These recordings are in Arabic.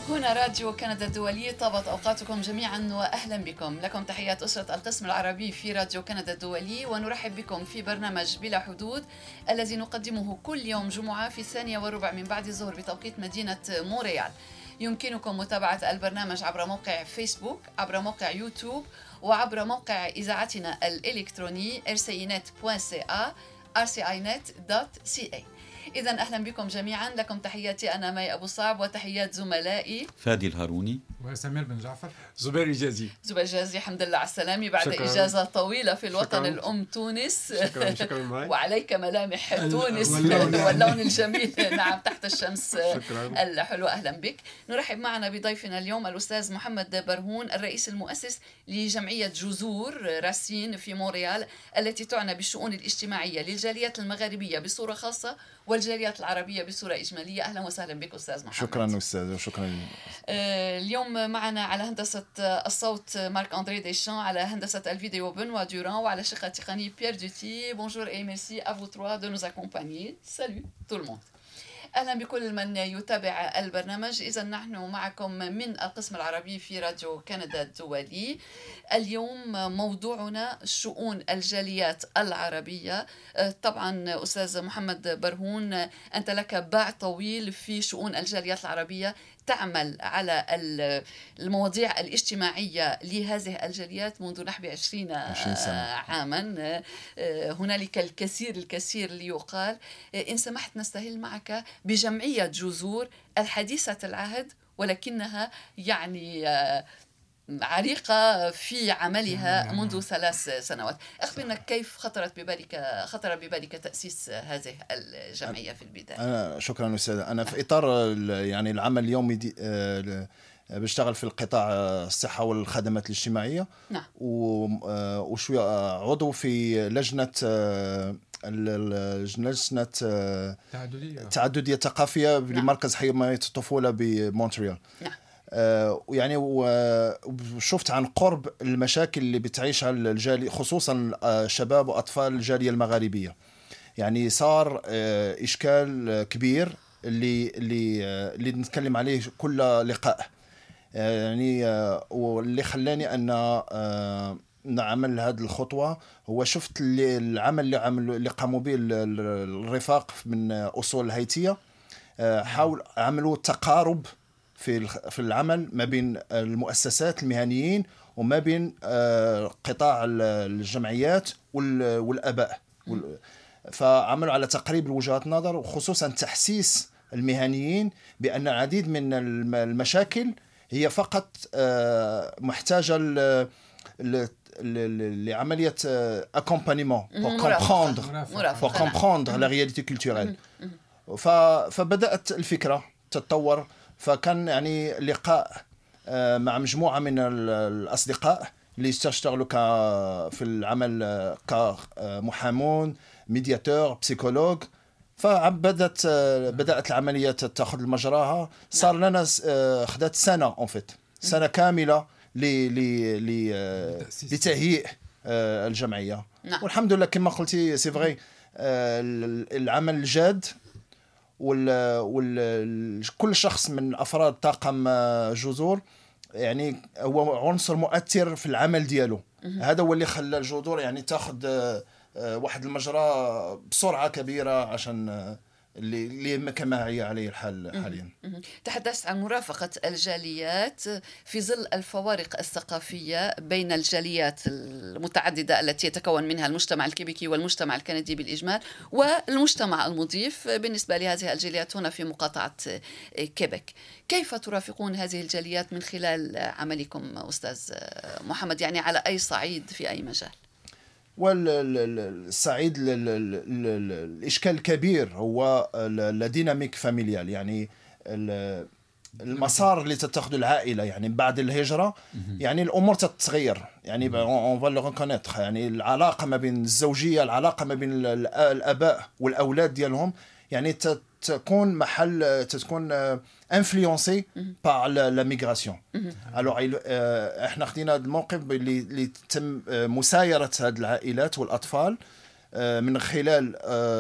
هنا راديو كندا الدولي، طابت أوقاتكم جميعا وأهلا بكم. لكم تحيات أسرة القسم العربي في راديو كندا الدولي، ونرحب بكم في برنامج بلا حدود الذي نقدمه كل يوم جمعة في 1:15 من بعد الظهر بتوقيت مدينة مونريال. يمكنكم متابعة البرنامج عبر موقع فيسبوك، عبر موقع يوتيوب، وعبر موقع إذاعتنا الإلكتروني rcinet.ca rcinet.ca. إذن أهلا بكم جميعا. لكم تحياتي أنا مي أبو صعب، وتحيات زملائي فادي الهاروني وسمير بن جعفر. زبير الجازي. زبير الجازي، الحمد لله على السلامة بعد شكراً. إجازة طويلة في الوطن الأم تونس. شكرا معي. وعليك ملامح تونس واللون الجميل نعم تحت الشمس الحلوة. أهلا بك. نرحب معنا بضيفنا اليوم الأستاذ محمد برهون، الرئيس المؤسس لجمعية جذور راسين في مونريال، التي تعنى بالشؤون الاجتماعية للجاليات المغاربية بصورة خاصة والجاليات العربية بصورة إجمالية. أهلا وسهلا بك أستاذ محمد. شكرا أستاذ وشكرا. اليوم معنا على هندسة الصوت مارك أندري ديشان، على هندسة الفيديو بنوا دوران، وعلى الشق التقني بيير دوتي. بونجور et merci à vous trois de nous accompagner. Salut tout le monde. أهلا بكل من يتابع البرنامج. إذا نحن معكم من القسم العربي في راديو كندا الدولي. اليوم موضوعنا شؤون الجاليات العربية. طبعا أستاذ محمد برهون، أنت لك باع طويل في شؤون الجاليات العربية، تعمل على المواضيع الاجتماعية لهذه الجاليات منذ نحو 20 عاما. هنالك الكثير ليقال. إن سمحت نستهل معك بجمعية جذور الحديثة العهد، ولكنها يعني عريقة في عملها منذ 3 سنوات. أخبرنا كيف خطر ببالك تأسيس هذه الجمعية في البداية؟ شكرا أستاذ. أنا في إطار يعني العمل اليومي بشتغل في القطاع الصحة والخدمات الاجتماعية. نعم. وشوية عضو في لجنة تعددية ثقافية لمركز حماية الطفولة بمونتريال. نعم. يعني وشفت عن قرب المشاكل اللي بتعيشها الجالية، خصوصا شباب وأطفال الجالية المغاربية. يعني صار إشكال كبير اللي نتكلم عليه كل لقاء. يعني واللي خلاني أن نعمل هذه الخطوة هو شفت العمل اللي قاموا به الرفاق من أصول الهيتية. حاول عملوا تقارب في العمل ما بين المؤسسات المهنيين وما بين قطاع الجمعيات والآباء. فعملوا على تقريب الوجهات النظر، وخصوصا تحسيس المهنيين بأن العديد من المشاكل هي فقط محتاجة لعملية accompagnement pour comprendre la réalité culturelle. فبدأت الفكرة تتطور. فكان يعني لقاء مع مجموعة من الأصدقاء اللي يشتغلوا في العمل كمحامون، ميدياتور، بسيكولوج. بدأت العملية تأخذ مجراها. صار لنا خدت سنة سنة كاملة لتهيئ الجمعية. نعم. والحمد لله كما قلتي سي فغي، العمل جاد، كل شخص من أفراد طاقم جذور يعني هو عنصر مؤثر في العمل ديالو. هذا هو اللي خلى الجذور يعني تاخذ واحد المجرى بسرعة كبيرة عشان اللي كما هي عليه الحال حاليا. تحدثت عن مرافقة الجاليات في ظل الفوارق الثقافية بين الجاليات المتعددة التي يتكون منها المجتمع الكيبيكي والمجتمع الكندي بالإجمال، والمجتمع المضيف بالنسبة لهذه الجاليات هنا في مقاطعة كيبك. كيف ترافقون هذه الجاليات من خلال عملكم أستاذ محمد؟ يعني على أي صعيد في أي مجال؟ والصعيد الإشكال الكبير هو الديناميك فاميليال، يعني المسار اللي تتخذ العائلة يعني بعد الهجرة. يعني الأمور تتغير، يعني on va le reconnaître. يعني العلاقة ما بين الزوجية، العلاقة ما بين الآباء والأولاد ديالهم يعني تكون influencé par la migration. Alors احنا خدينا هذا الموقف اللي تم مسايرة هذه العائلات والأطفال من خلال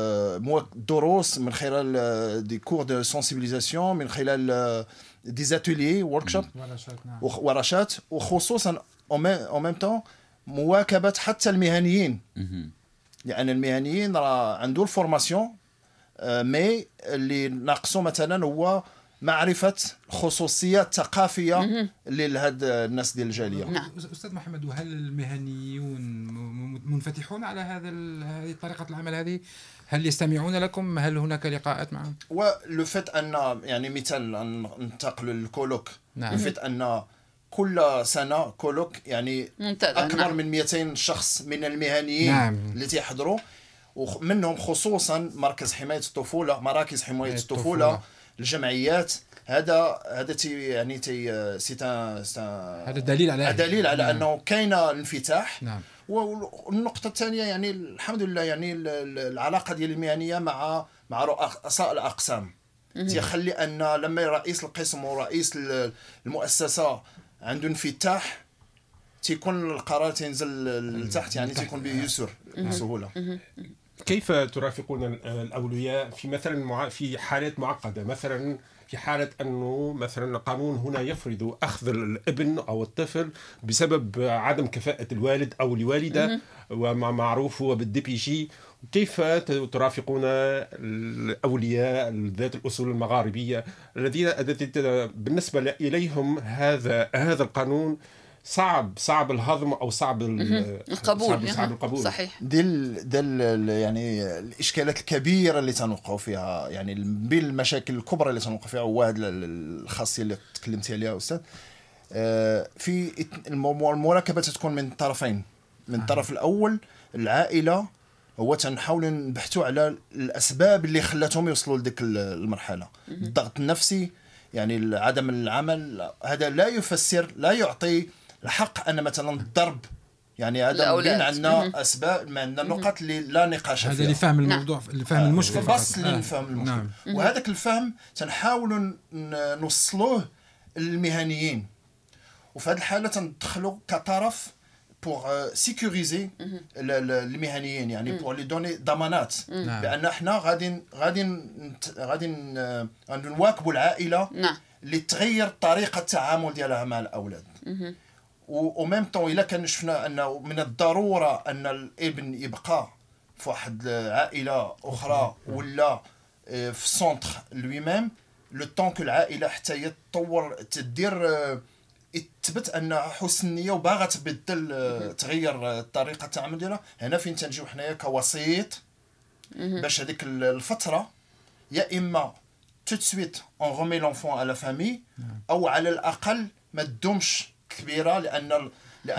دروس، من خلال دي كور دو سنسيبيليزاسيون، من خلال دي زاتوليي وركشوب ورشات، وخصوصا او ميم طون مواكبه حتى المهنيين، لان المهنيين راه عنده الفورماسيون مي اللي ناقصه مثلا هو معرفه الخصوصيات الثقافيه لهاد الناس ديال الجاليه. نعم. استاذ محمد، وهل المهنيون منفتحون على هذه طريقه العمل هذه؟ هل يستمعون لكم؟ هل هناك لقاءات معهم؟ ولو فيت ان يعني مثال ننتقل للكولوك، نعم. لو فيت ان كل سنه كولوك يعني اكبر نعم. من 200 شخص من المهنيين نعم. اللي تيحضروا، ومنهم خصوصا مركز حمايه الطفوله، مراكز حمايه الطفوله، الجمعيات. هذا يعني هذا دليل على انه كاين انفتاح. نعم. والنقطه الثانيه يعني الحمد لله يعني العلاقه ديال المهنيه مع رؤساء الاقسام تيخلي ان لما رئيس القسم ورئيس المؤسسه عنده انفتاح تيكون القرار تنزل لتحت، يعني تيكون بيسر بسهوله. كيف ترافقون الأولياء في مثلا في حالات معقدة، مثلا في حالة أنه مثلا القانون هنا يفرض أخذ الابن أو الطفل بسبب عدم كفاءة الوالد أو الوالدة وما معروف هو بالدي بي جي، كيف ترافقون الأولياء ذات الأصول المغاربية الذين بالنسبة إليهم هذا القانون صعب الهضم او صعب القبول؟ صعب القبول. صحيح. ديال يعني الاشكالات الكبيره اللي تنوقعوا فيها، يعني بين المشاكل الكبرى اللي تنوقعوا فيها هو هذه الخاصيه اللي تكلمتي عليها استاذ. في المراكبه تكون من طرفين. من الطرف الاول العائله، هو تنحاولوا نبحثوا على الاسباب اللي خلاتهم يوصلوا لديك المرحله. الضغط النفسي، يعني عدم العمل، هذا لا يفسر، لا يعطي الحق ان مثلا الضرب، يعني هذا بين عندنا اسباب، عندنا نقط اللي لا نقاش فيها. هذا لفهم الموضوع، لفهم المشكل بس لنفهم المشكل. نعم. وهذاك الفهم تنحاولوا نوصلوه للمهنيين، وفي هذه الحاله تندخلوا كطرف بور سيكوريزي المهنيين، يعني بور لي دوني ضمانات بان احنا غادي نواكبوا العائله اللي تغير طريقه التعامل ديالها مع الاولاد. وميم طون الا كان شفنا انه من الضروره ان الابن يبقى في واحد عائله اخرى ولا في السونتر لوي ميم، لو طون كو العائله حتى يتطور تدير تثبت ان حسن النيه وباغا تبدل تغير طريقه التعامل ديالها. هنا فين تنجيو حنايا كوسيط باش هذيك الفتره يا اما tout de suite on remet l'enfant à la famille او على الاقل ما تدومش كبيره، لان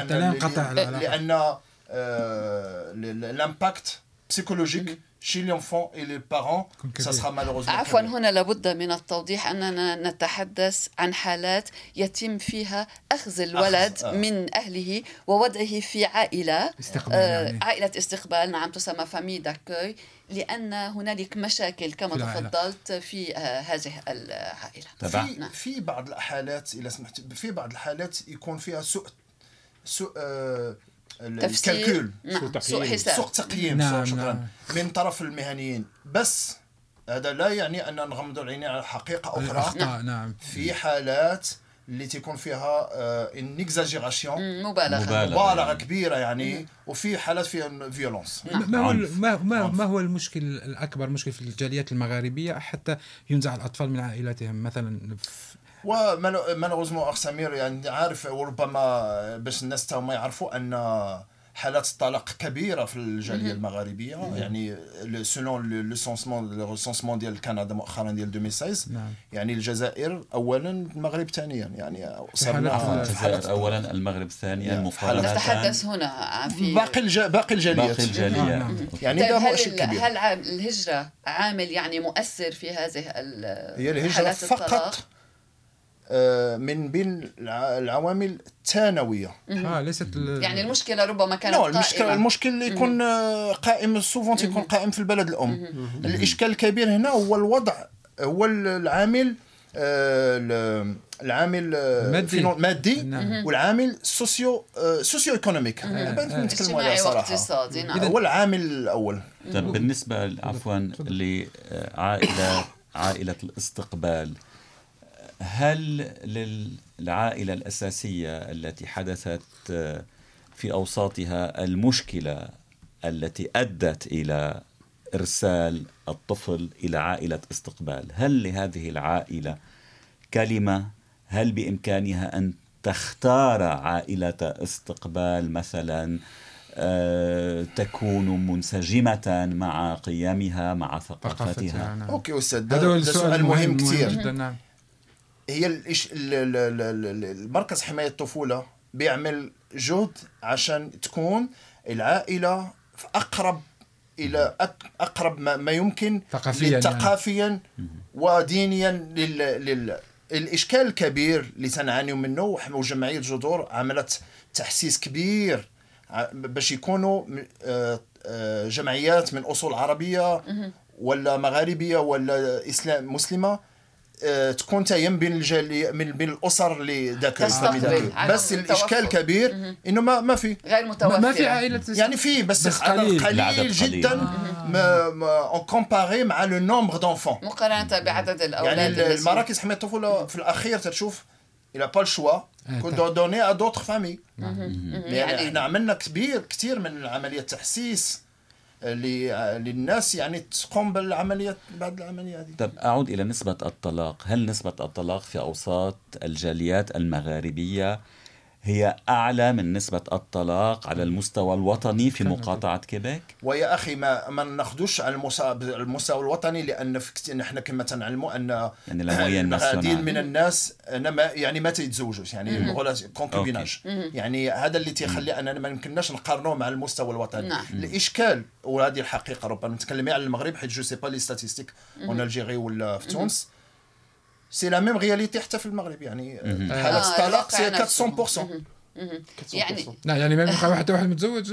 لامباكت بسيكولوجيك chez l'enfant et les parents ça sera malheureusement. عفوا، هنا لابد من التوضيح أننا نتحدث عن حالات يتم فيها أخذ الولد من أهله ووضعه في عائلة عائلة استقبال، نعم، تسمى فامي داكوي، لأن هنالك مشاكل كما تفضلت في هذه العائلة. في بعض الحالات إذا سمحت، في بعض الحالات يكون فيها سوء الكالكول، سوء حساب، سوء تقييم، شكرا، من طرف المهنيين. بس هذا لا يعني أن نغمض العين على حقيقة أخرى. نعم. في حالات اللي تكون فيها ان اكزاجيراسيون، مبالغه كبيره يعني، وفي حالات فيها فيولونس. ما هو المشكل الاكبر، مشكل في الجاليات المغاربيه حتى ينزع الاطفال من عائلاتهم مثلا؟ ومالوغوزمون اخ سمير، يعني عارف، وربما باش الناس تاهم ما يعرفوا ان حالات الطلاق كبيره في الجاليه المغاربيه. يعني سولون لو ريسونسمون ديال كندا مؤخرا ديال 2016، يعني الجزائر اولا، المغرب ثانيا، يعني صرنا الجزائر اولا، المغرب ثانيا، مقارنه. نتحدث هنا في باقي الجاليات. يعني ده مؤشر كبير. هل الهجره عامل يعني مؤثر في هذه هي الهجره فقط من بين العوامل الثانويه، ليست يعني المشكله ربما كانت قائمه. المشكل اللي يكون قائم سوفون يكون قائم في البلد الام. الاشكال الكبير هنا هو الوضع، هو العامل العامل مادي والعامل سوسيو ايكونوميك نتكلموا عليه صراحه هو العامل الاول. طيب بالنسبه عفوا لعائله الاستقبال، هل للعائله الاساسيه التي حدثت في اوساطها المشكله التي ادت الى إرسال الطفل إلى عائلة استقبال، هل لهذه العائلة كلمة؟ هل بإمكانها أن تختار عائلة استقبال مثلا تكون منسجمة مع قيمها مع ثقافتها؟ نعم. أوكي أستاذ، هذا سؤال مهم كثير. نعم. هي المركز حماية الطفولة بيعمل جهد عشان تكون العائلة إلى أقرب ما يمكن ثقافيا ودينيا الإشكال الكبير اللي سنعاني منه. وجمعية جذور عملت تحسيس كبير باش يكونوا جمعيات من أصول عربية ولا مغاربية ولا إسلام مسلمة تكون تايم بين بين الاسر اللي ذاك بس الاشكال الكبير انه ما في غير متوفر، ما في عائله يعني في بس قليل جدا اون كومباري مع لو نومبر دونفون مقارنه بعدد الاولاد. يعني المراكز حمايه الطفوله في الاخير تشوف الى با الشوا كون دوني ا دوطر فامي. يعني احنا عملنا كثير من العمليه التحسيس للناس يعني تقوم بالعمليات بعد العملية هذه. طب أعود إلى نسبة الطلاق، هل نسبة الطلاق في أوساط الجاليات المغاربية هي أعلى من نسبة الطلاق على المستوى الوطني في مقاطعة كيبيك؟ ويا أخي ما ناخدوش على المستوى الوطني، لأن نحن كما تنعلموا أن يعني العديد من الناس يعني ما تيتزوجوش، يعني كونكوبيناج. يعني هذا اللي تيخلي أننا ما يمكنناش نقارنوه مع المستوى الوطني. الإشكال وهذه الحقيقة، ربما نتكلم على المغرب حيت جو سي با لي ستاتستيك اون الجيري ولا في تونس سي لا ميم رياليتي حتى في المغرب. يعني حالة الطلاق سي 400%. يعني ما يبقى واحد متزوج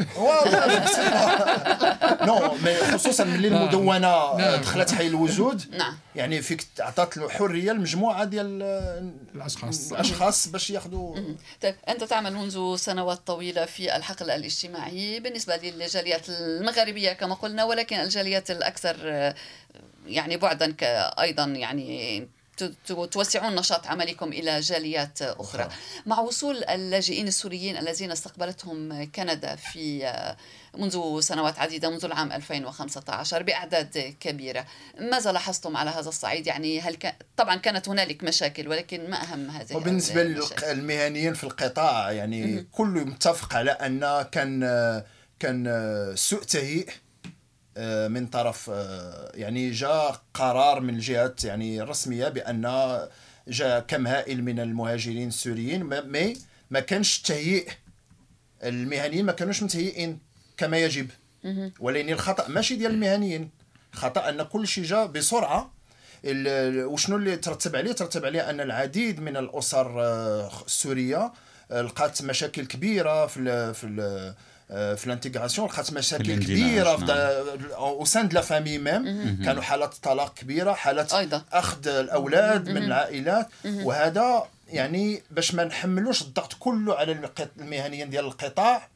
نو خصوصا من المدونه دخلت حي الوجود. يعني فيك عطات له حريه المجموعه ديال الاشخاص باش ياخذوا. طيب انت تعمل منذ سنوات طويله في الحقل الاجتماعي بالنسبه للجاليات المغاربيه كما قلنا، ولكن الجاليات الاكثر يعني بعدا ايضا يعني توسعون نشاط عملكم إلى جاليات أخرى. مع وصول اللاجئين السوريين الذين استقبلتهم كندا في منذ سنوات عديدة، منذ العام 2015 بأعداد كبيرة، ماذا لاحظتم على هذا الصعيد؟ يعني طبعا كانت هنالك مشاكل، ولكن ما أهم هذه وبالنسبة للمهنيين في القطاع يعني كله متفق على أن كان سوء تهيئ من طرف يعني جاء قرار من الجهات يعني الرسمية بأن جاء كم هائل من المهاجرين السوريين، ما كانش تهيئ المهنيين، ما كانوش متهيئين كما يجب. ولكن الخطأ ماشي ديال المهنيين، خطأ أن كل شيء جاء بسرعة. وشنو اللي ترتب عليه أن العديد من الأسر السورية لقات مشاكل كبيرة في الانتغراسيون، لقات مشاكل كبيره او سان لا فامي ميم. كانوا حالات طلاق كبيره، حالات اخذ الاولاد من العائلات. وهذا يعني باش ما نحملوش الضغط كله على المهنيين ديال القطاع،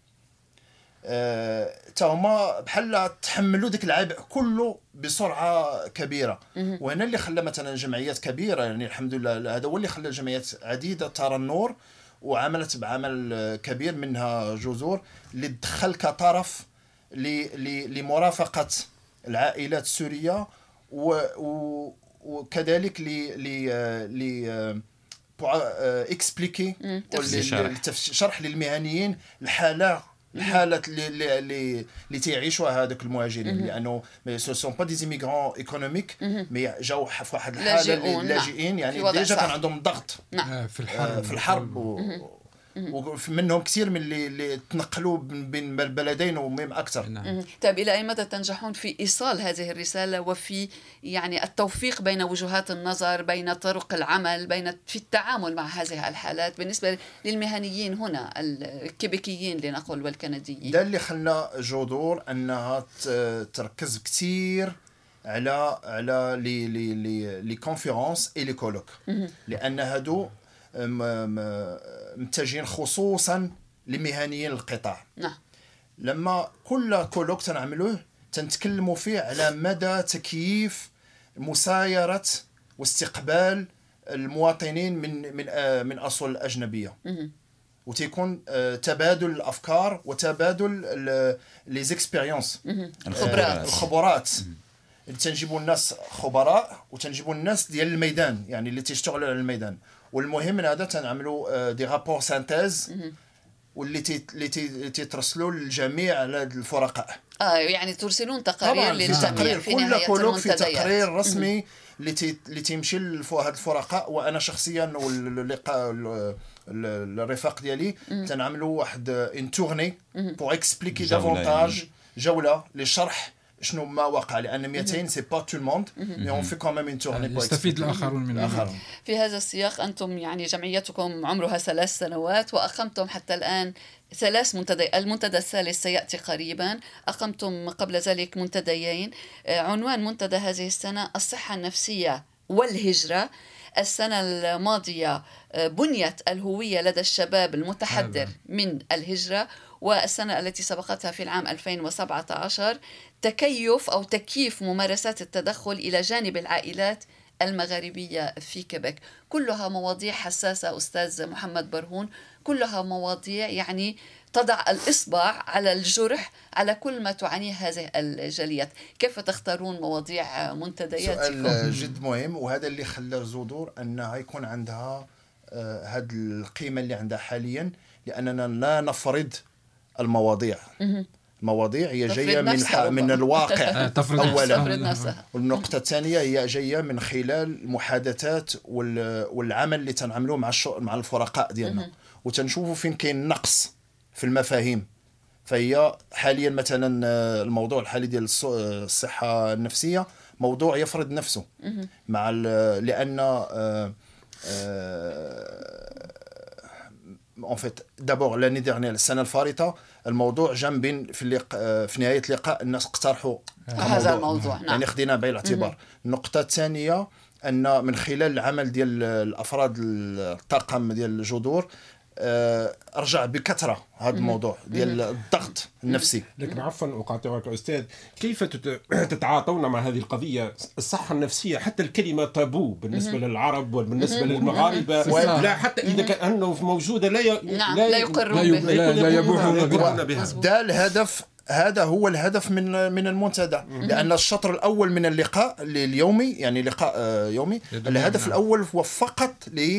تا هما بحال تحملوا ديك العبء كله بسرعه كبيره. وهنا اللي خلى مثلا جمعيات كبيره، يعني الحمد لله هذا هو اللي خلى جمعيات عديده ترى النور وعملت بعمل كبير، منها جذور اللي دخل كطرف لمرافقة العائلات السورية وكذلك اكسبليكي شرح للمهنيين الحالة اللي تعيشوها هذوك المهاجرين، لانه سو سون با دي زيميغرون ايكونوميك مي جاو في واحد الحاله اللاجئين، يعني ديجا كان عندهم ضغط في الحرب ومنهم كثير من اللي تنقلوا بين البلدين ومهم اكثر. طيب الى اي مدى تنجحون في ايصال هذه الرساله وفي يعني التوفيق بين وجهات النظر، بين طرق العمل، في التعامل مع هذه الحالات بالنسبه للمهنيين هنا الكيبيكيين لنقول والكنديين؟ ده اللي خلى جذور انها تركز كثير على لي كونفيرونس اي لي كولوك، لان هادو متجهين خصوصا لمهنيين القطاع. نعم. لما كل كولوك تنعملوه تنتكلموا فيه على مدى تكييف مسايرة واستقبال المواطنين من أصول أجنبية، وتيكون تبادل الأفكار وتبادل لي زيكسبيريونس، الخبرات. تنجيبوا الناس خبراء وتنجيبوا الناس ديال الميدان، يعني اللي تيشتغلوا على الميدان. والمهم من هذا تنعملوا دي رابور سانتيز واللي تيترسلوا للجميع على الفرقاء. يعني ترسلون تقارير للجميع في كل نهاية كولوك في المنتديات. تقرير رسمي اللي تيمشي لهاد الفرقاء. وانا شخصيا واللقاء الرفاق ديالي تنعملوا واحد ان تورني بور اكسبليكي دافونتاج، جوله لشرح شنو ما وقع، لان 200 سي با تو الموند، مي اون في كوميم ان تورني يستفيد الاخرون من الاخرون. في هذا السياق أنتم يعني جمعيتكم عمرها 3 سنوات وأقمتم حتى الآن 3 منتدى، المنتدى الثالث سيأتي قريبا. أقمتم قبل ذلك منتديين. عنوان منتدى هذه السنة الصحة النفسية والهجرة. السنة الماضية بنيت الهوية لدى الشباب المتحدر من الهجرة، والسنة التي سبقتها في العام 2017 تكيف أو تكييف ممارسات التدخل إلى جانب العائلات المغاربية في كيبيك. كلها مواضيع حساسة أستاذ محمد برهون، كلها مواضيع يعني تضع الإصبع على الجرح على كل ما تعانيه هذه الجاليات. كيف تختارون مواضيع منتدياتكم؟ سؤال جد مهم، وهذا اللي خلى جذور أنها يكون عندها هذه القيمة اللي عندها حاليا، لأننا لا نفرض المواضيع. المواضيع هي جاية من الواقع أولا، والنقطة الثانية هي جاية من خلال المحادثات والعمل اللي تنعملوه مع الفرقاء ديالنا، وتنشوفوا فين كاين نقص في المفاهيم. فهي حاليا مثلا الموضوع الحالي ديال الصحة النفسية موضوع يفرض نفسه مع لأن en fait d'abord l'année dernière السنة الفارطة الموضوع جنب في نهاية اللقاء الناس اقترحوا هذا الموضوع. نعم. يعني خدينا بعين الاعتبار. النقطة الثانية أن من خلال العمل ديال الأفراد الطاقم ديال الجذور رجع بكثرة هذا الموضوع ديال الضغط النفسي. لكن عفوا أقاطعك أستاذ، كيف تتعاطون مع هذه القضية الصحة النفسية؟ حتى الكلمة تابو بالنسبة للعرب وبالنسبة للمغاربة، لا حتى إذا كان أنه موجودة لا يقرون لا يبوحون بها. ده الهدف، هذا هو الهدف من المنتدى، لأن الشطر الأول من اللقاء اليومي، يعني لقاء يومي، الهدف الأول هو فقط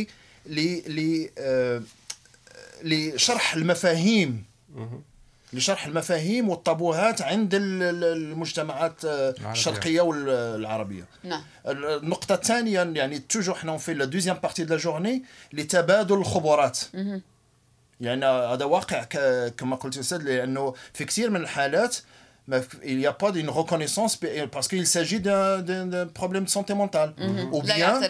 لشرح المفاهيم، لشرح المفاهيم والطابوهات عند المجتمعات الشرقية والعربية. نعم. النقطة الثانية يعني توجو حنا في لا دوزيام بارتي دو لا جورني لتبادل الخبرات. يعني هذا واقع كما قلت أستاذ، لأنه في كثير من الحالات il n'y a pas d'une reconnaissance parce qu'il s'agit d'un problème de santé mentale. Ou bien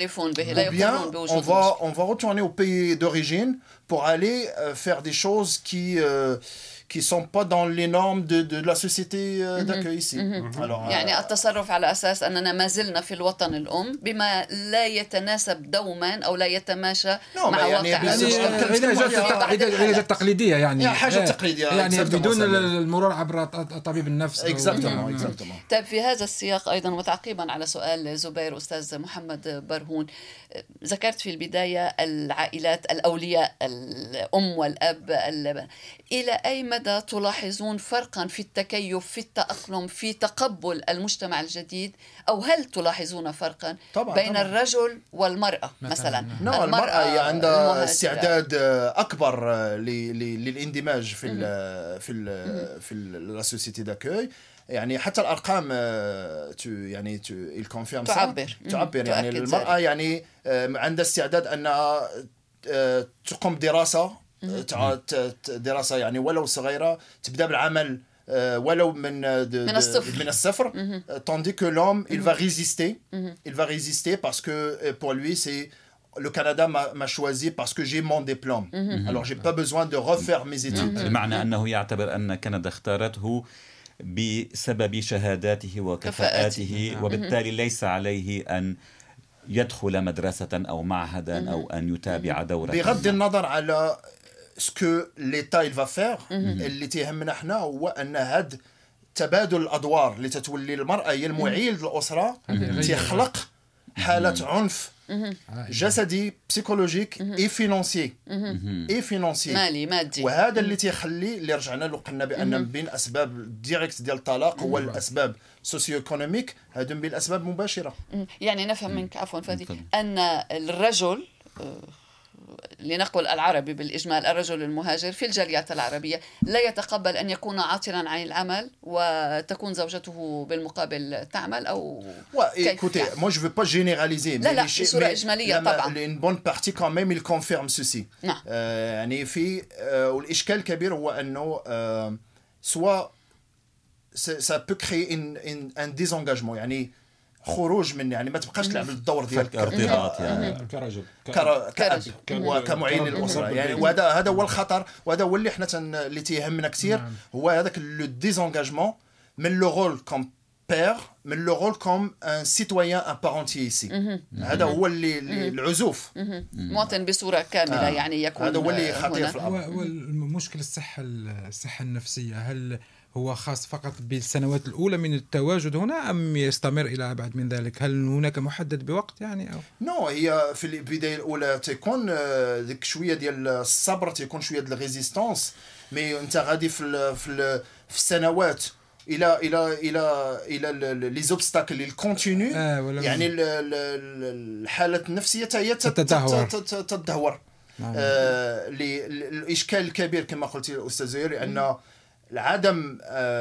on va retourner au pays d'origine pour aller faire des choses qui sont pas dans les normes de la société d'accueil ici. Alors, يعني التصرف على أساس أننا ما زلنا في الوطن الأم بما لا يتناسب دوما أو لا يتماشى مع واقع العلاجات التقليدية، يعني حاجة تقليدية يعني بدون المرور عبر طبيب النفس. طيب في هذا السياق أيضا وتعقيبا على سؤال زبير أستاذ محمد برهون، ذكرت في البداية العائلات الأولياء الأم والأب إلى أي مدى تلاحظون فرقا في التكيف، في التأقلم، في تقبل المجتمع الجديد، أو هل تلاحظون فرقا بين الرجل والمرأة مثلا؟ المرأة عندها استعداد أكبر للاندماج في لا سوسيتي داكوي. يعني حتى الأرقام يعني تعبر يعني المرأة يعني عندها استعداد أنها تقوم بدراسة يعني ولو صغيرة، تبدأ بالعمل ولو من الصفر. tandis que l'homme il va résister parce que pour lui c'est le Canada m'a choisi parce que j'ai mon diplôme. Alors j'ai pas besoin de refaire mes études. بمعنى أنه يعتبر أن كندا اختارته بسبب شهاداته وكفاءاته، وبالتالي ليس عليه أن يدخل مدرسة أو معهدا أو أن يتابع دورة. بغض النظر على سكو ليتا il va faire، اللي تيهمنا احنا هو ان هاد تبادل الادوار اللي تتولي المراه هي المعيل الاسره تيخلق حاله عنف جسدي بسيكولوجيك اي فينانسي مالي مادي. وهذا اللي تيخلي اللي رجعنا له قلنا بان من بين اسباب ديريكت ديال الطلاق هو الاسباب سوسيو ايكونوميك، هادو من بين الاسباب مباشره. يعني نفهم منك عفوا فادي ان الرجل لنقل العربي بالإجمال، الرجل المهاجر في الجاليات العربية لا يتقبل أن يكون عاطلا عن العمل وتكون زوجته بالمقابل تعمل أو écoutez, moi je veux pas généraliser لا بصورة إجمالية طبعا. une bonne partie quand même il confirme ceci. نعم. يعني في والإشكال الكبير هو أنه soit ça peut créer un désengagement، يعني خروج من، يعني ما تبقاش تلعب الدور ديالك ارتباط يعني كرجل كأب وكمعين للأسرة يعني. وهذا هو الخطر، وهذا هو اللي احنا اللي تيهمنا كثير، هو هذاك لو ديزونغاجمون من لو رول كوم بير، من لو رول كوم ان سيتويان ان بارونتي ايسي. هذا هو اللي العزوف مواطن بصورة كاملة يعني يكون هذا هو اللي خطير في الأمر. والمشكل الصحة النفسية هل هو خاص فقط بالسنوات الأولى من التواجد هنا أم يستمر إلى أبعد من ذلك؟ هل هناك محدد بوقت يعني أو؟ نو هي في البداية الأولى تكون ديك شوية ديال الصبر، تكون شوية ديال الريزيستانس، مي أنت غادي في السنوات الى لي زوبستاكل اللي كونتينيو، يعني الحالة النفسية هي تتدهور. الإشكال الكبير كما قلت الأستاذ زهير أن عدم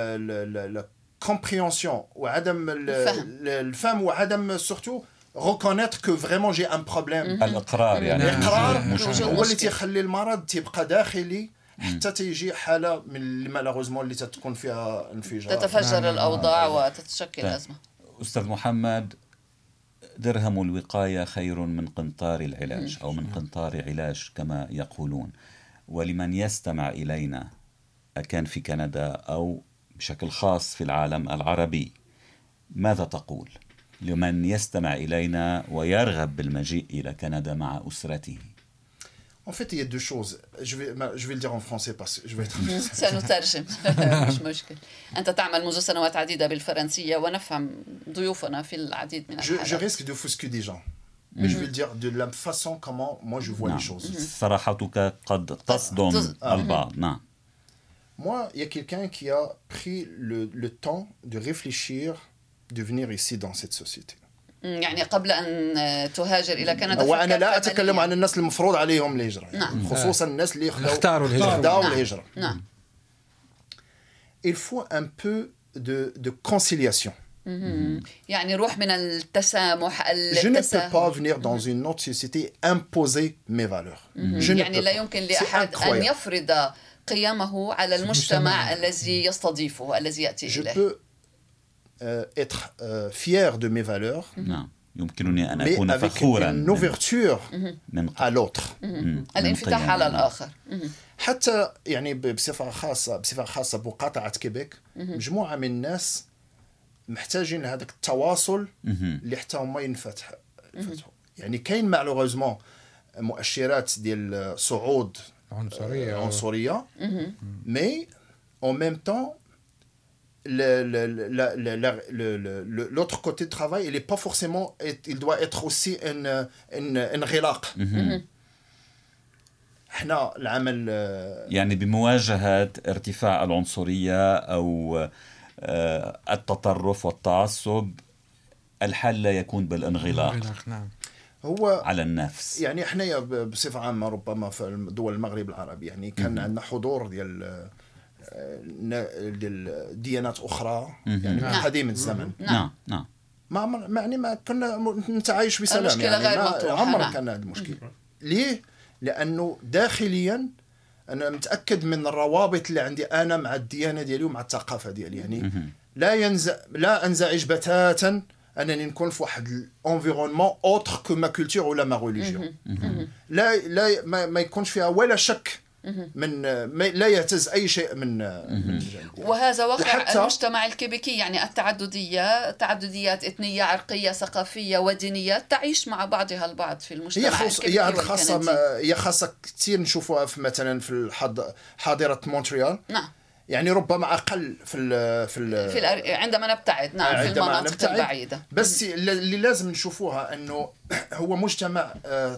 الكومبريونسيون وعدم الفهم وعدم سورتو reconnaître que vraiment j'ai un problème. الإقرار يعني الإقرار هو اللي تيخلي المرض تيبقى داخلي حتى تيجي حالة من اللي مالوغوزمون اللي تتكون فيها انفجار، تتفجر الأوضاع وتتشكل أزمة. أستاذ محمد، درهم الوقاية خير من قنطار العلاج أو من قنطار علاج كما يقولون. ولمن يستمع إلينا كان في كندا أو بشكل خاص في العالم العربي، ماذا تقول لمن يستمع إلينا ويرغب بالمجيء إلى كندا مع أسرته؟ En fait, il y a deux choses. Je vais le dire en français parce que je vais être... سنترجم مش مشكل. أنت تعمل منذ سنوات عديدة بالفرنسية ونفهم ضيوفنا في العديد من الحالات. Je risque de offusquer des gens. Mais je vais le dire de la façon comment moi je vois les choses. صراحتك قد تصدم البعض. نعم. Moi, il y a quelqu'un qui a pris le temps de réfléchir de venir ici dans cette société. يعني قبل أن تهاجر إلى كندا. وأنا لا أتكلم عن الناس المفروض عليهم الهجرة، نعم. خصوصا الناس اللي اختاروا الهجرة. نعم. Il faut un peu de conciliation. يعني روح من التسامح. Je ne peux pas venir dans une autre société imposer mes valeurs. يعني لا يمكن لأحد أن يفرض قيمه على المجتمع الذي يستضيفه الذي يأتي إليه. Je peux être fier de mes valeurs. نعم. يمكنني أن أكون فخورا من ouverture à l'autre. الانفتاح على الآخر. حتى يعني بصفة خاصة بمقاطعة كيبيك مجموعة من الناس محتاجين هذاك التواصل اللي حتى هما ينفتحوا. يعني كاين مالوغوزمون مؤشرات ديال صعود عنصرية مي en même temps l'autre côté de travail il est pas forcément il doit être aussi un غلاق. احنا العمل يعني بمواجهة ارتفاع العنصرية أو التطرف والتعصب الحل لا يكون بالانغلاق. نعم. هو على النفس. يعني احنا بصفة عامة ربما في دول المغرب العربي يعني كان عندنا حضور ديال ديانات أخرى يعني من قديم الزمن. نعم نعم. ما كنا نتعايش بسلام يعني ما عمر كان هذا المشكل. ليه؟ لأنه داخليا أنا متأكد من الروابط اللي عندي أنا مع الديانة ديالي ومع الثقافة ديالي يعني لا أنزعج بتاتا أنني نكون في واحد الانفيرونمون أوتر كو ما كولتور ولا ما ريليجيون. لا ما يكونش فيها ولا شك لا يهتز أي شيء من الجانب. وهذا واقع وحتى- المجتمع الكيبيكي، يعني تعدديات إثنية عرقية ثقافية ودينية تعيش مع بعضها البعض في المجتمع الكيبيكي والكندي. هي خاصة كثير نشوفوها مثلا في حاضرة مونتريال، نعم، يعني ربما أقل عندما نبتعد، نعم، في عندما المناطق نبتعد. البعيدة. بس اللي لازم نشوفوها أنه هو مجتمع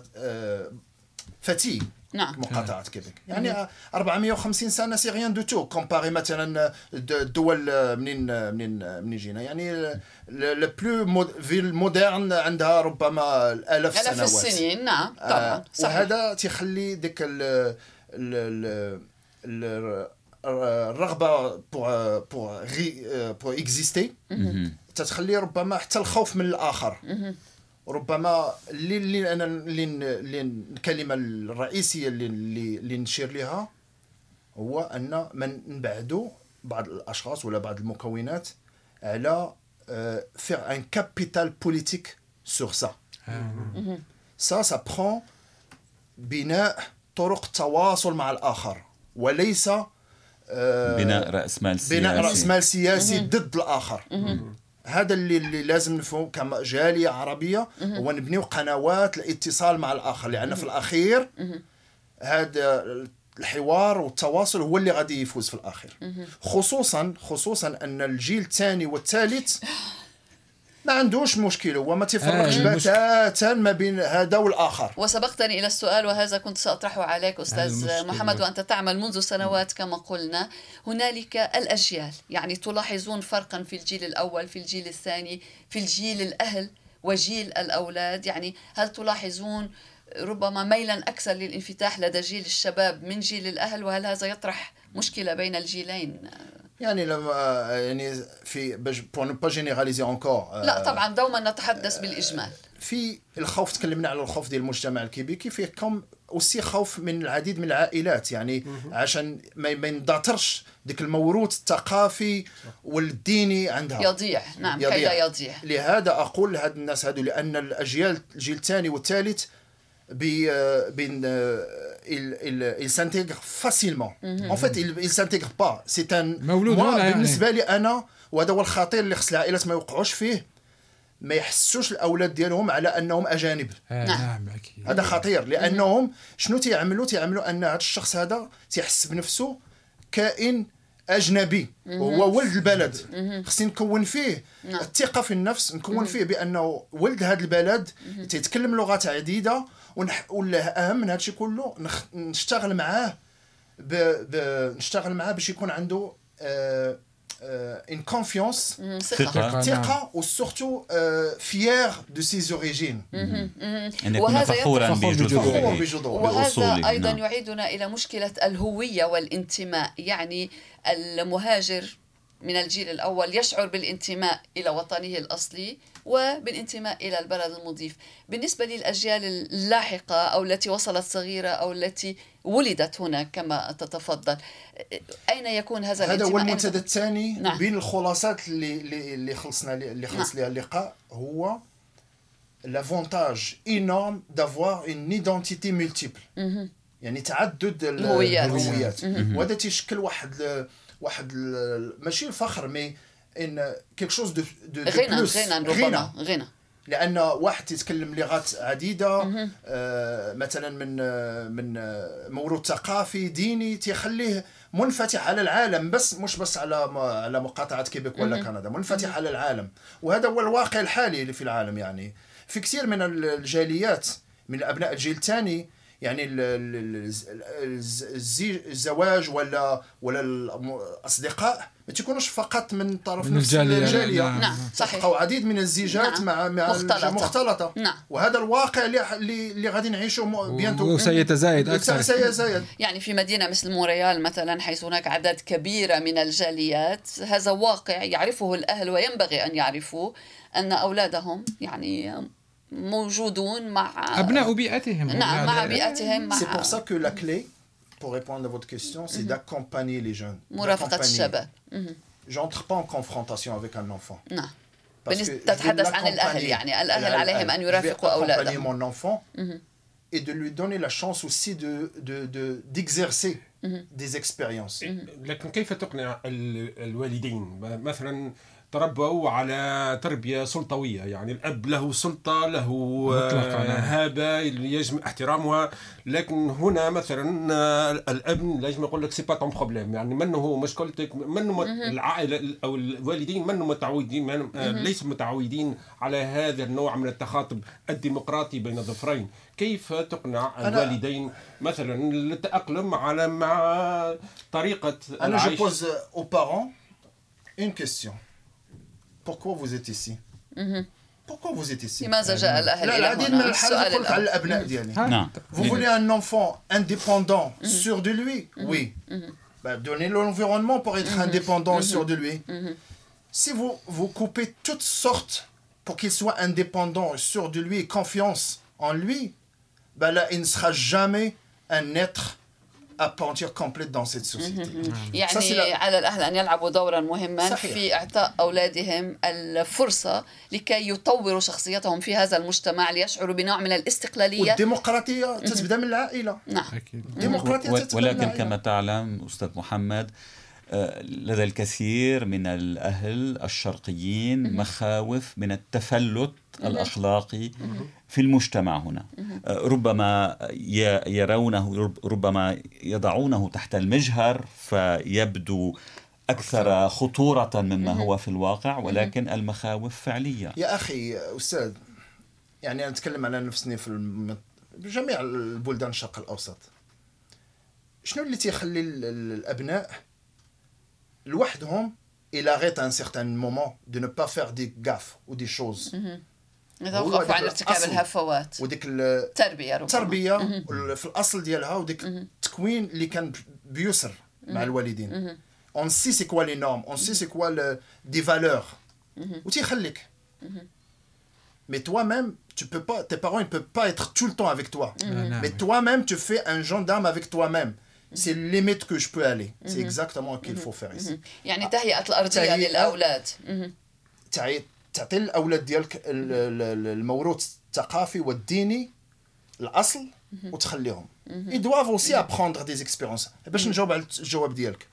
فتي نعم، مقاطعة كيبيك، يعني 450 سنة سي غيان دو تو كومباري مثلا الدول منين جينا، يعني لو بلو فيل مودرن عندها ربما آلاف آلاف سنوات. السنين، نعم طبعا، صحيح. وهذا تخلي ديك الرغبة بور اكزيستي تتخلي ربما حتى الخوف من الآخر. ربما اللي الكلمة الرئيسية اللي نشير لها هو أن من نبعدوا بعض الأشخاص ولا بعض المكونات على faire un capital politique sur ça. Ça prend بناء طرق التواصل مع الآخر، وليس بناء رأس مال سياسي. بناء رأس مال سياسي ضد الآخر. هذا اللي لازم نفهم كجالية عربية، هو نبنيو قنوات الاتصال مع الآخر، لأن في الأخير هذا الحوار والتواصل هو اللي غادي يفوز في الأخير. خصوصا أن الجيل الثاني والثالث ما عندوش مشكلة، وما تفرقش بتاتا ما بين هذا والآخر. وسبقتني إلى السؤال، وهذا كنت سأطرحه عليك أستاذ المشكلة. محمد، وأنت تعمل منذ سنوات كما قلنا. هنالك الأجيال، يعني تلاحظون فرقا في الجيل الأول، في الجيل الثاني، في الجيل الأهل وجيل الأولاد، يعني هل تلاحظون ربما ميلا أكثر للانفتاح لدى جيل الشباب من جيل الأهل، وهل هذا يطرح مشكلة بين الجيلين؟ يعني لما يعني pour ne pas généraliser encore. لا طبعا، دوما نتحدث بالإجمال. في الخوف، تكلمنا على الخوف ديال المجتمع الكيبيكي، فيه كم أوسي خوف من العديد من العائلات، يعني عشان ما يندثرش ديك الموروث الثقافي والديني عندها، يضيع. نعم، كي لا يضيع. لهذا أقول لهاد الناس هادو، لأن الجيل الثاني والثالث il s'intègre facilement. En fait, il s'intègre pas. C'est un بالنسبة لي أنا، وهذا هو الخطير اللي خص العائلات ما يوقعوش فيه، ما يحسوش الأولاد ديالهم على أنهم أجانب. نعم أكيد. هذا خطير، لأنهم شنو تيعملوا أن هذا الشخص هذا تيحس بنفسه كائن أجنبي، وهو ولد البلد. خصني نكون فيه الثقة في النفس، نكون فيه بأنه ولد هذا البلد، تيتكلم لغات عديدة، والأهم من هذا الشيء كله نشتغل معاه باش يكون عنده une confiance، ثقة، وسورتو fier de ses origines. أن يكون فخورا بجذوره. وهذا أيضا يعيدنا إلى مشكلة الهوية والانتماء، يعني المهاجر من الجيل الأول يشعر بالانتماء إلى وطنه الأصلي وبالانتماء إلى البلد المضيف. بالنسبة للأجيال اللاحقة أو التي وصلت صغيرة أو التي ولدت هنا كما تتفضل، أين يكون هذا الانتماء؟ هذا هو المنتدى الثاني. نعم. بين الخلاصات اللي خلص لها اللقاء، هو l'avontage énorme d'avoir une identité multiple. يعني تعدد الهويات. وهذا تيشكل واحد ماشي الفخر، مي ان كيك شوز دو غنى، لان واحد يتكلم لغات عديده، مثلا من موروث ثقافي ديني تيخليه منفتح على العالم، مش بس على مقاطعه كيبيك ولا كندا، منفتح على العالم. وهذا هو الواقع الحالي اللي في العالم. يعني في كثير من الجاليات من ابناء الجيل الثاني، يعني الزواج ولا الأصدقاء ما تكونوش فقط من طرف نفس الجالية. نعم صحيح. أو عديد من الزيجات مع مختلطة. نعم. وهذا الواقع اللي غادي نعيشه بيانتو، وسيتزايد أكثر. سيزايد. يعني في مدينة مثل مونريال مثلا، حيث هناك عدد كبير من الجاليات، هذا واقع يعرفه الأهل وينبغي أن يعرفوا أن أولادهم يعني موجودون مع أبناء بيئتهم. نعم، مع بيئتهم. C'est pour ça que la clé, pour répondre à votre question, c'est d'accompagner les jeunes. مرافقة الشباب. J'entre pas en confrontation avec un enfant. نعم. تتحدث عن الأهل، يعني الأهل عليهم أن يرافقوا أولادهم. mon enfant et de lui donner la chance aussi d'exercer des expériences. لكن كيف تقنع الوالدين مثلا تربوا على تربية سلطوية، يعني الأب له سلطة، له هابة يجب احترامها، لكن هنا مثلا الأب يجب يقول لك سي با طون بروبليم، يعني منه مشكلتك، منه العائلة أو الوالدين منه متعودين ليسوا متعودين على هذا النوع من التخاطب الديمقراطي بين الظفرين. كيف تقنع الوالدين مثلا للتأقلم على مع طريقة العيش؟ أنا je pose aux parents une question. Pourquoi vous êtes ici? Pourquoi vous êtes ici? لماذا جاء الأهل إلى هنا؟ العديد من الحالات يقول على الأبناء ديالي. Vous voulez un enfant indépendant, sûr de lui? Oui. Donnez l'environnement pour être indépendant et sûr de lui. Si vous coupez toutes sortes pour qu'il soit indépendant, sûr de lui et confiance en lui, là, il ne sera jamais un être à partir complète dans cette société. يعني على الأهل أن يلعبوا دورا مهما في إعطاء أولادهم الفرصة لكي يطوروا شخصيتهم في هذا المجتمع، ليشعروا بنوع من الاستقلالية. والديمقراطية تبدأ من العائلة. نعم. ولكن كما تعلم أستاذ محمد، لدى الكثير من الأهل الشرقيين مخاوف من التفلت الأخلاقي في المجتمع هنا. ربما يرونه، ربما يضعونه تحت المجهر فيبدو أكثر خطورة مما هو في الواقع، ولكن المخاوف فعلية. يا أخي أستاذ، يعني أنا أتكلم على نفسي في جميع البلدان الشرق الأوسط. شنو اللي تيخلي الأبناء لوحدهم il arrête à un certain moment de ne pas faire des gaffes ou des choses. يتوقف عن ارتكاب الهفوات. وديك التربية في الأصل ديالها، وديك التكوين اللي كان بيسر مع الوالدين. On sait c'est quoi les normes, on sait c'est quoi des valeurs. وتيخليك. Mais toi-même, tu peux pas, tes parents ils peuvent pas être tout le temps avec toi. Mais toi-même, tu fais un gendarme avec toi-même. C'est le limite que je peux aller. C'est exactement ce qu'il faut faire ici. يعني تهيئة الأرضية للأولاد. تعطي الأولاد ديالك الموروث الثقافي والديني الأصل وتخليهم. Ils doivent aussi apprendre des expériences. باش نجاوب على الجواب ديالك.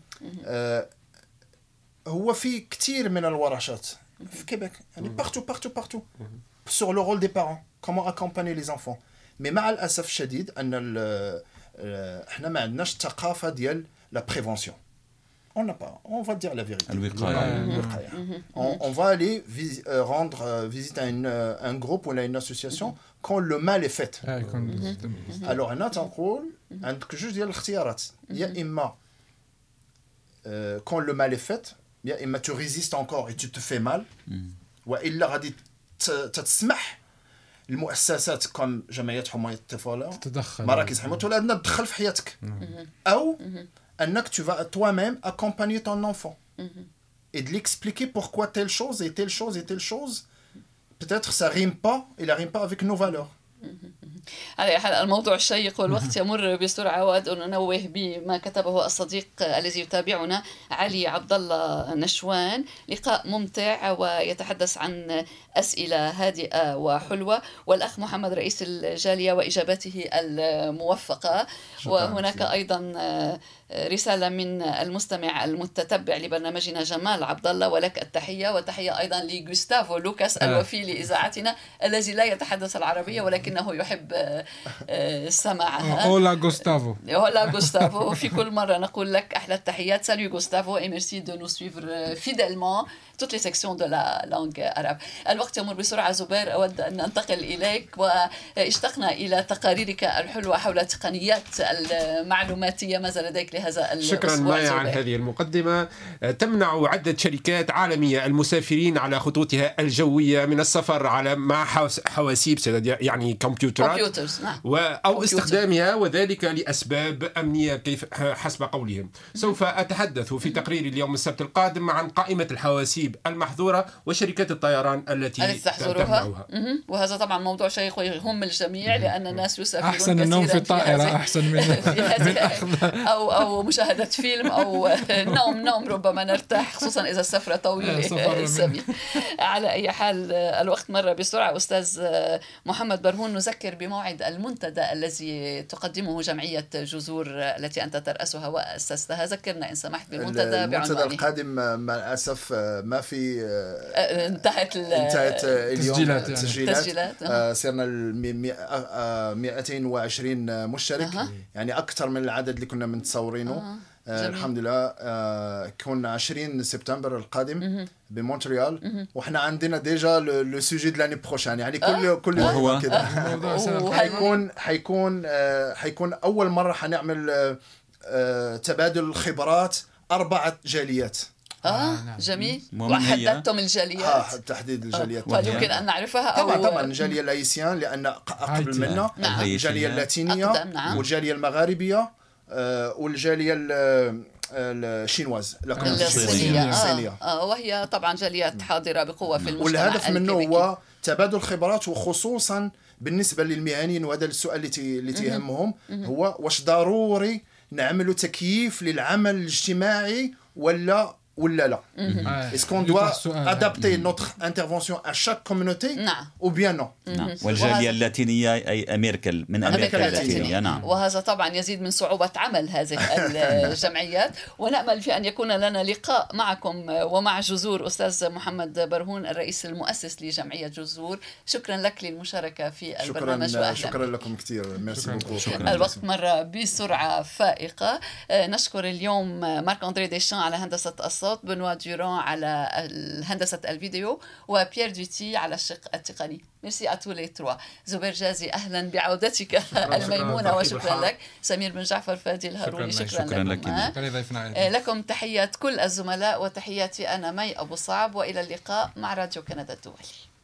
هو في كثير من الورشات في كيبيك، يعني partout sur le rôle des parents, comment accompagner les enfants. Mais مع الأسف الشديد أن احنا ما عندناش الثقافه ديال لا بريفونسيون. on n'a pas, on va dire la vérité. الوقايه. on va aller rendre visite à un groupe ou à une association quand le mal est fait. alors هنا تنقول عندك جوج ديال الاختيارات، يا اما quand le mal est fait، يا اما tu résistes encore et tu te fais mal، والا غادي تسمح المؤسسات كم جمعيات حماية الطفولة، مراكز حماية الأولاد تدخل في حياتك، أو أنك tu vas toi-même accompagner ton enfant et de l'expliquer pourquoi telle chose et telle chose et telle chose peut-être ça rime pas, il rime pas avec nos valeurs. على حال الموضوع الشيق والوقت يمر بسرعة، وأود أن أنوه بما كتبه الصديق الذي يتابعنا علي عبد الله نشوان. لقاء ممتع ويتحدث عن أسئلة هادئة وحلوة، والأخ محمد رئيس الجالية وإجاباته الموفقة. وهناك أيضا رسالة من المستمع المتتبع لبرنامجنا جمال عبد الله، ولك التحية، وتحية أيضا لغوستافو لوكاس الوفي لإذاعتنا الذي لا يتحدث العربية ولكنه يحب سماعها. هولا غوستافو. هولا غوستافو. في كل مرة نقول لك أحلى التحيات. Salut Gustavo et merci de nous suivre fidèlement toutes les sections de la langue arabe. الوقت يمر بسرعة زبير، أود أن ننتقل إليك، واشتقنا إلى تقاريرك الحلوة حول التقنيات المعلوماتية. ماذا لديك لهذا الأسبوع؟ شكرا مايا عن هذه المقدمة. تمنع عدة شركات عالمية المسافرين على خطوطها الجوية من السفر على مع حواسيب يعني كمبيوترات أو استخدامها، وذلك لأسباب أمنية كيف حسب قولهم. سوف أتحدث في تقرير اليوم السبت القادم عن قائمة الحواسيب المحظورة وشركات الطيران التي تحظرها. وهذا طبعا موضوع شيق ويهم الجميع، لأن الناس يسافرون أحسن النوم في الطائرة أحسن من أو مشاهدة فيلم أو نوم ربما نرتاح، خصوصا إذا السفرة طويلة السبيل. على أي حال الوقت مر بسرعة. أستاذ محمد برهون، نذكر بموقع موعد المنتدى الذي تقدمه جمعية جذور التي أنت ترأسها وأسستها. ذكرنا إن سمحت بالمنتدى المنتدى بعنوانه. القادم مع الأسف ما في انتهت اليوم التسجيلات. صرنا 220 مشترك، يعني أكثر من العدد اللي كنا متصورينه. الحمد لله. كنا 20 سبتمبر القادم بمونتريال، وإحنا عندنا ديجا لو سوجي دو لاني بروشان، يعني كل هو كده حيكون أول مرة حنعمل تبادل الخبرات 4 جاليات. جميل. وحددتم الجاليات؟ تحديد الجاليات يمكن أن نعرفها. طبعا الجالية اللايسيان لأن أقبل منا، الجالية اللاتينية والجالية المغاربية والجالية الشينواز الصينية. وهي طبعا جاليات حاضرة بقوة في المجتمع. والهدف منه هو تبادل الخبرات، وخصوصا بالنسبة للمهنيين، وهذا السؤال اللي يهمهم هو واش ضروري نعملوا تكييف للعمل الاجتماعي ولا لا. Est-ce qu'on doit adapter notre intervention à chaque communauté ou bien non. والجالية اللاتينية أي أمريكا اللاتينية. نعم. وهذا طبعا يزيد من صعوبة عمل هذه الجمعيات. ونأمل في أن يكون لنا لقاء معكم ومع جذور. أستاذ محمد برهون الرئيس المؤسس لجمعية جذور، شكرا لك للمشاركة في البرنامج. شكرا لكم كثير. ميرسي. الوقت مر بسرعة فائقة. نشكر اليوم مارك أندري ديشان على هندسة الصوت، بنوا دوران على هندسة الفيديو، وبيير دوتي على الشق التقني. ميرسي أتولي تروا. زبير جازي أهلا بعودتك الميمونة وشكرا لك. سمير بن جعفر فادي الهاروني شكرا لكم. تحيات كل الزملاء وتحياتي أنا مي أبو صعب، وإلى اللقاء مع راديو كندا الدولي.